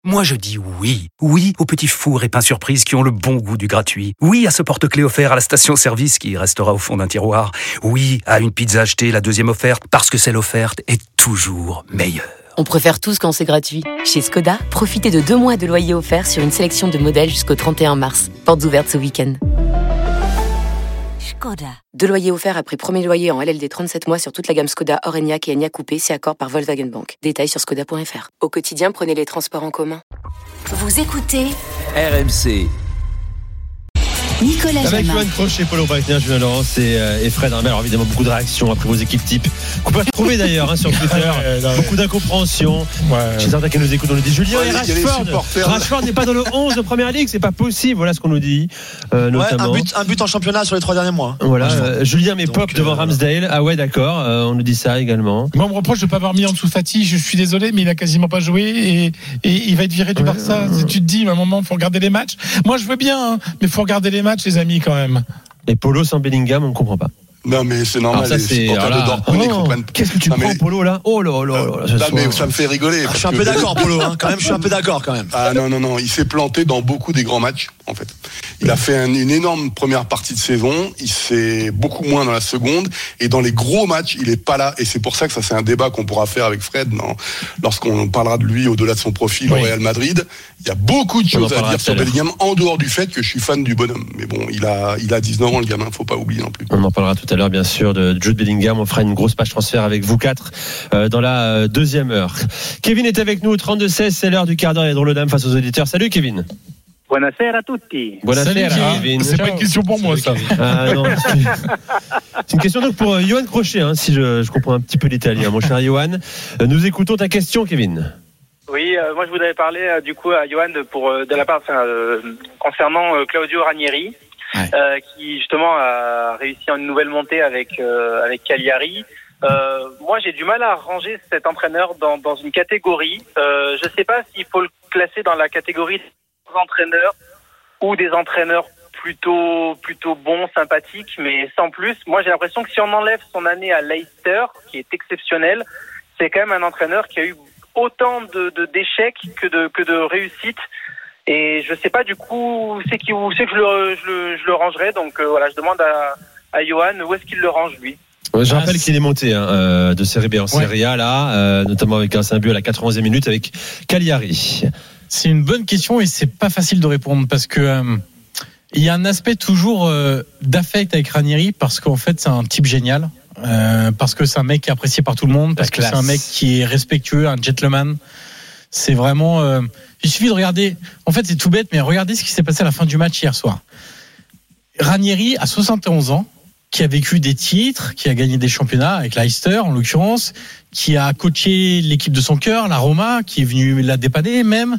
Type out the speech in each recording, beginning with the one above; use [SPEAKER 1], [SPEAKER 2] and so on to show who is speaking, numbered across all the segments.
[SPEAKER 1] Moi je dis oui. Oui aux petits fours et pains surprises qui ont le bon goût du gratuit. Oui à ce porte-clés offert à la station-service qui restera au fond d'un tiroir. Oui à une pizza achetée, la deuxième offerte, parce que celle offerte est toujours meilleure.
[SPEAKER 2] On préfère tous quand c'est gratuit. Chez Skoda, profitez de 2 mois de loyer offert sur une sélection de modèles jusqu'au 31 mars. Portes ouvertes ce week-end. Skoda. 2 loyers offerts après premier loyer en LLD 37 mois sur toute la gamme Skoda, Orenia et Enyaq Coupé, c'est accord par Volkswagen Bank. Détails sur skoda.fr. Au quotidien, prenez les transports en commun.
[SPEAKER 3] Vous écoutez
[SPEAKER 4] RMC.
[SPEAKER 3] Nicolas
[SPEAKER 5] avec
[SPEAKER 3] Jamin.
[SPEAKER 5] Yoann Crochet, Polo Breitner, Julien Laurence et Fred Hermel. Alors évidemment beaucoup de réactions après vos équipes types qu'on peut trouver d'ailleurs sur Twitter. Beaucoup d'incompréhension chez certains qui nous écoutent. On nous dit Julien et Rashford n'est pas dans le 11 de Première Ligue, c'est pas possible. Voilà ce qu'on nous dit notamment.
[SPEAKER 6] Un but en championnat sur les 3 derniers mois.
[SPEAKER 5] Voilà, Julien m'époque devant Ramsdale. Ah ouais, d'accord, on nous dit ça également.
[SPEAKER 7] Moi on me reproche de ne pas avoir mis en dessous Fati. Je suis désolé, mais il a quasiment pas joué et il va être viré du Barça. Tu te dis à un moment il faut regarder les matchs. Moi je veux bien, mais il faut regarder les matchs, les amis, quand même.
[SPEAKER 5] Et Polo sans Bellingham, on ne comprend pas.
[SPEAKER 8] Non mais c'est normal,
[SPEAKER 5] ça,
[SPEAKER 8] les supporters de Dortmund comprennent.
[SPEAKER 5] Qu'est-ce que tu prends, Polo, là? Oh là là.
[SPEAKER 8] Mais ça me fait rigoler.
[SPEAKER 6] Je suis un peu d'accord, Polo, quand même, je suis un peu d'accord quand même.
[SPEAKER 8] Ah non, il s'est planté dans beaucoup des grands matchs, en fait. Il a fait une énorme première partie de saison, il s'est beaucoup moins dans la seconde, et dans les gros matchs, il est pas là, et c'est pour ça que ça c'est un débat qu'on pourra faire avec Fred, lorsqu'on parlera de lui au-delà de son profil au Real Madrid. Il y a beaucoup de choses à dire sur Bellingham, en dehors du fait que je suis fan du bonhomme. Mais bon, il a 19 ans, le gamin, faut pas oublier non plus.
[SPEAKER 5] On en parlera tout à l'heure, bien sûr, de Jude Bellingham. On fera une grosse page transfert avec vous 4 dans la deuxième heure. Kevin est avec nous au 32-16, c'est l'heure du quart d'heure et drôle d'âme face aux auditeurs. Salut Kevin.
[SPEAKER 9] Buonasera a tutti.
[SPEAKER 5] Buonasera, Kevin.
[SPEAKER 7] C'est pas une question pour moi, ça.
[SPEAKER 5] Non, c'est une question donc pour Yoann Crochet, si je comprends un petit peu l'italien. Mon cher Yoann, nous écoutons ta question, Kevin.
[SPEAKER 9] Oui, moi je voudrais parler du coup à Yoann de la part concernant Claudio Ranieri, qui justement a réussi une nouvelle montée avec Cagliari. Moi j'ai du mal à ranger cet entraîneur dans une catégorie. Je sais pas s'il faut le classer dans la catégorie des entraîneurs ou des entraîneurs plutôt bons, sympathiques, mais sans plus. Moi j'ai l'impression que si on enlève son année à Leicester, qui est exceptionnelle, c'est quand même un entraîneur qui a eu autant d'échecs que de réussites. Et je sais pas du coup où c'est que je le rangerais. Donc voilà, je demande à Yoann où est-ce qu'il le range lui.
[SPEAKER 5] Je rappelle qu'il est monté de Serie B en Serie A là, notamment avec un but à la 91e minute avec Cagliari.
[SPEAKER 7] C'est une bonne question et c'est pas facile de répondre parce que il y a un aspect toujours d'affect avec Ranieri parce qu'en fait c'est un type génial, parce que c'est un mec qui est apprécié par tout le monde, parce que c'est un mec qui est respectueux, un gentleman. C'est vraiment il suffit de regarder, en fait c'est tout bête, mais regardez ce qui s'est passé à la fin du match hier soir. Ranieri a 71 ans, qui a vécu des titres, qui a gagné des championnats avec Leicester en l'occurrence, qui a coaché l'équipe de son cœur, la Roma, qui est venue la dépanner même.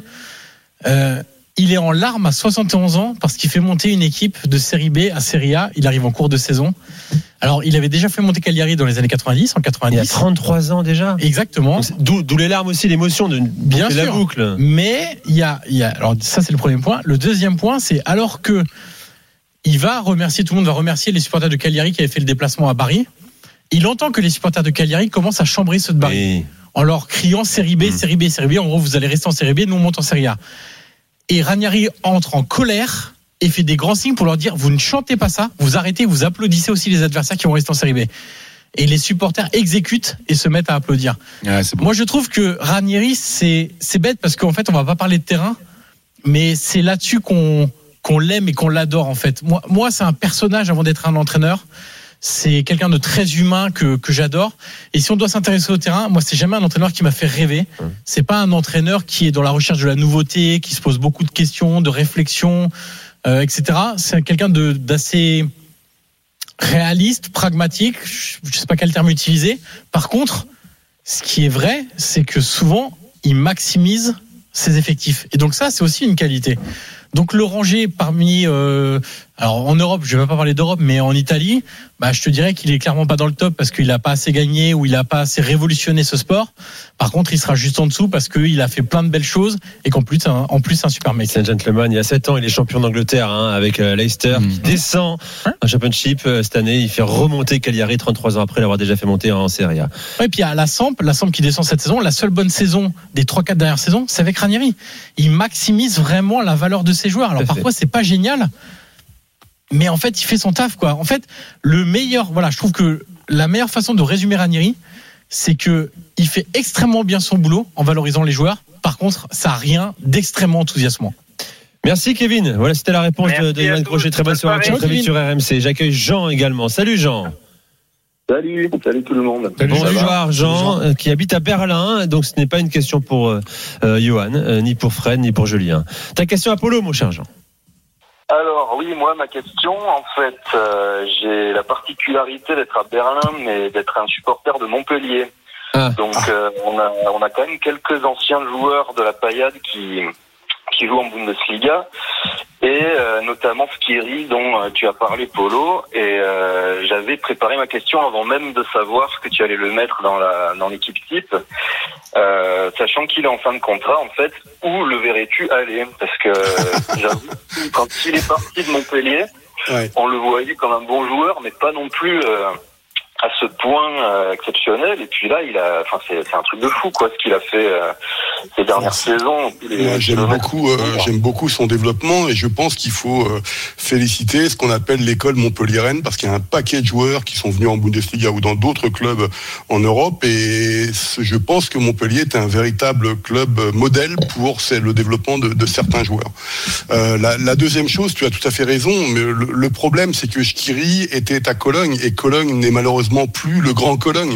[SPEAKER 7] Il est en larmes à 71 ans parce qu'il fait monter une équipe de Série B à Série A. Il arrive en cours de saison. Alors, il avait déjà fait monter Cagliari dans les années 90, en 90.
[SPEAKER 5] Il a 33 ans déjà.
[SPEAKER 7] Exactement.
[SPEAKER 5] D'où les larmes aussi, l'émotion de
[SPEAKER 7] bien sûr.
[SPEAKER 5] La boucle.
[SPEAKER 7] Mais il y a, alors ça c'est le premier point. Le deuxième point, c'est alors que il va remercier, tout le monde va remercier les supporters de Cagliari qui avaient fait le déplacement à Bari. Il entend que les supporters de Cagliari commencent à chambrer ceux de Bari en leur criant Série B, Série B, Série B. En gros, vous allez rester en Série B, nous on monte en Série A. Et Ranieri entre en colère et fait des grands signes pour leur dire vous ne chantez pas ça, vous arrêtez, vous applaudissez aussi les adversaires qui vont rester en Série B. Et les supporters exécutent et se mettent à applaudir. Moi, je trouve que Ranieri, c'est bête parce qu'en fait, on va pas parler de terrain, mais c'est là-dessus qu'on l'aime et qu'on l'adore en fait. Moi, c'est un personnage avant d'être un entraîneur. C'est quelqu'un de très humain que j'adore. Et si on doit s'intéresser au terrain, moi, c'est jamais un entraîneur qui m'a fait rêver. C'est pas un entraîneur qui est dans la recherche de la nouveauté, qui se pose beaucoup de questions, de réflexions, etc. C'est quelqu'un d'assez réaliste, pragmatique. Je sais pas quel terme utiliser. Par contre, ce qui est vrai, c'est que souvent, il maximise ses effectifs. Et donc ça, c'est aussi une qualité. Donc le ranger parmi, alors en Europe, je vais pas parler d'Europe, mais en Italie, je te dirais qu'il est clairement pas dans le top parce qu'il a pas assez gagné ou il a pas assez révolutionné ce sport. Par contre, il sera juste en dessous parce qu'il a fait plein de belles choses et qu'en plus, c'est un super mec.
[SPEAKER 5] C'est un gentleman. Il y a 7 ans, il est champion d'Angleterre avec Leicester. Il descend en Championship cette année. Il fait remonter Cagliari 33 ans après l'avoir déjà fait monter en Serie A.
[SPEAKER 7] Ouais, et puis il y a la Samp qui descend cette saison. La seule bonne saison des 3-4 dernières saisons, c'est avec Ranieri. Il maximise vraiment la valeur de ses joueurs. Alors parfois, c'est pas génial. Mais en fait, il fait son taf, quoi. En fait, je trouve que la meilleure façon de résumer Ranieri, c'est que il fait extrêmement bien son boulot en valorisant les joueurs. Par contre, ça n'a rien d'extrêmement enthousiasmant.
[SPEAKER 5] Merci Kevin. Voilà, c'était la réponse de Yoann Crochet. Très bonne soirée. Très vite sur RMC. J'accueille Jean également. Salut Jean.
[SPEAKER 3] Salut tout le monde.
[SPEAKER 5] Bonjour Jean, qui habite à Berlin. Donc ce n'est pas une question pour Yoann, ni pour Fred, ni pour Julien. Ta question à Polo, mon cher Jean.
[SPEAKER 3] Alors oui, moi ma question, en fait, j'ai la particularité d'être à Berlin, mais d'être un supporter de Montpellier. Donc on a quand même quelques anciens joueurs de la Payade qui jouent en Bundesliga, et notamment Skiri dont tu as parlé, Polo, et j'avais préparé ma question avant même de savoir que tu allais le mettre dans l'équipe type, sachant qu'il est en fin de contrat, en fait, où le verrais-tu aller? Parce que j'avoue, quand il est parti de Montpellier, on le voyait comme un bon joueur, mais pas non plus à ce point exceptionnel. Et puis là, c'est un truc de fou, quoi, ce qu'il a fait ces dernières saisons.
[SPEAKER 8] Moi, j'aime beaucoup son développement, et je pense qu'il faut féliciter ce qu'on appelle l'école montpelliéraine, parce qu'il y a un paquet de joueurs qui sont venus en Bundesliga ou dans d'autres clubs en Europe, et je pense que Montpellier est un véritable club modèle pour le développement de certains joueurs. La deuxième chose, tu as tout à fait raison, mais le problème, c'est que Skiri était à Cologne, et Cologne n'est malheureusement plus le grand Cologne,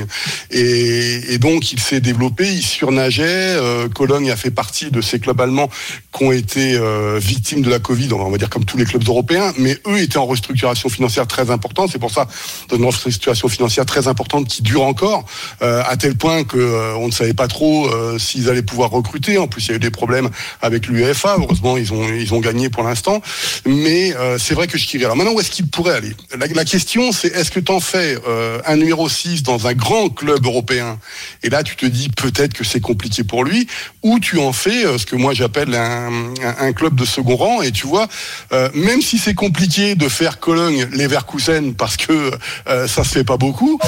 [SPEAKER 8] et donc il s'est développé, il surnageait. Cologne a fait partie de ces clubs allemands qui ont été victimes de la Covid, on va dire comme tous les clubs européens, mais eux étaient en restructuration financière très importante. C'est pour ça, dans une restructuration financière très importante qui dure encore, à tel point que on ne savait pas trop s'ils allaient pouvoir recruter. En plus, il y a eu des problèmes avec l'UEFA. Heureusement, ils ont gagné pour l'instant, mais c'est vrai que Skiri. Alors maintenant, où est-ce qu'il pourrait aller? La question, c'est est-ce que t'en fais un numéro 6 dans un grand club européen, et là tu te dis peut-être que c'est compliqué pour lui, ou tu en fais ce que moi j'appelle un club de second rang, et tu vois, même si c'est compliqué de faire Cologne-Leverkusen parce que ça se fait pas beaucoup,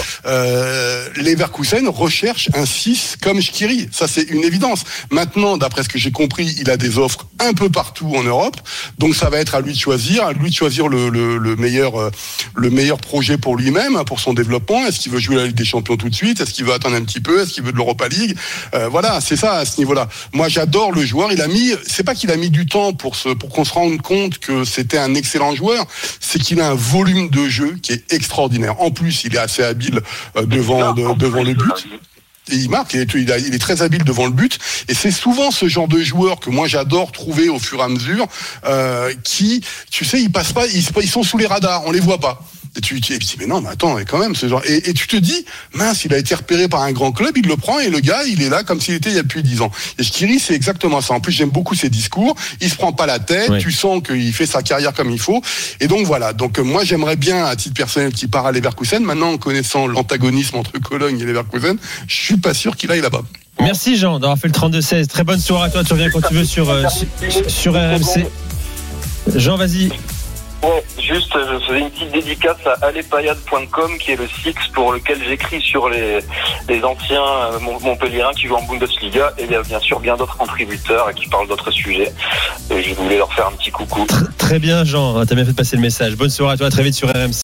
[SPEAKER 8] Leverkusen recherche un 6 comme Skiri, ça c'est une évidence. Maintenant, d'après ce que j'ai compris, il a des offres un peu partout en Europe, donc ça va être à lui de choisir le meilleur projet pour lui-même, pour son développement. Est-ce qu'il veut jouer la Ligue des Champions tout de suite? Est-ce qu'il veut attendre un petit peu? Est-ce qu'il veut de l'Europa League? Voilà, c'est ça à ce niveau-là. Moi, j'adore le joueur. C'est pas qu'il a mis du temps pour qu'on se rende compte que c'était un excellent joueur, c'est qu'il a un volume de jeu qui est extraordinaire. En plus, il est assez habile devant le but. Et il marque, il est très habile devant le but, et c'est souvent ce genre de joueurs que moi j'adore trouver au fur et à mesure, qui, tu sais, ils passent pas, ils sont sous les radars, on les voit pas. Et tu dis, mais non, mais attends, quand même, ce genre. Et tu te dis, mince, il a été repéré par un grand club, il le prend, et le gars, il est là comme s'il était il y a depuis 10 ans. Et Skiri, c'est exactement ça. En plus, j'aime beaucoup ses discours. Il se prend pas la tête. Tu sens qu'il fait sa carrière comme il faut. Et donc, voilà. Donc, moi, j'aimerais bien, à titre personnel, qu'il part à Leverkusen. Maintenant, en connaissant l'antagonisme entre Cologne et Leverkusen, je suis pas sûr qu'il aille là-bas.
[SPEAKER 5] Merci, Jean, d'avoir fait le 32-16. Très bonne soirée à toi. Tu reviens quand tu veux sur RMC. Jean, vas-y.
[SPEAKER 3] Ouais, juste, je faisais une petite dédicace à alepayade.com, qui est le site pour lequel j'écris sur les anciens Montpelliérains qui jouent en Bundesliga, et il y a bien sûr bien d'autres contributeurs qui parlent d'autres sujets, et je voulais leur faire un petit coucou.
[SPEAKER 5] Très bien, Jean, t'as bien fait de passer le message. Bonne soirée à toi, à très vite sur RMC.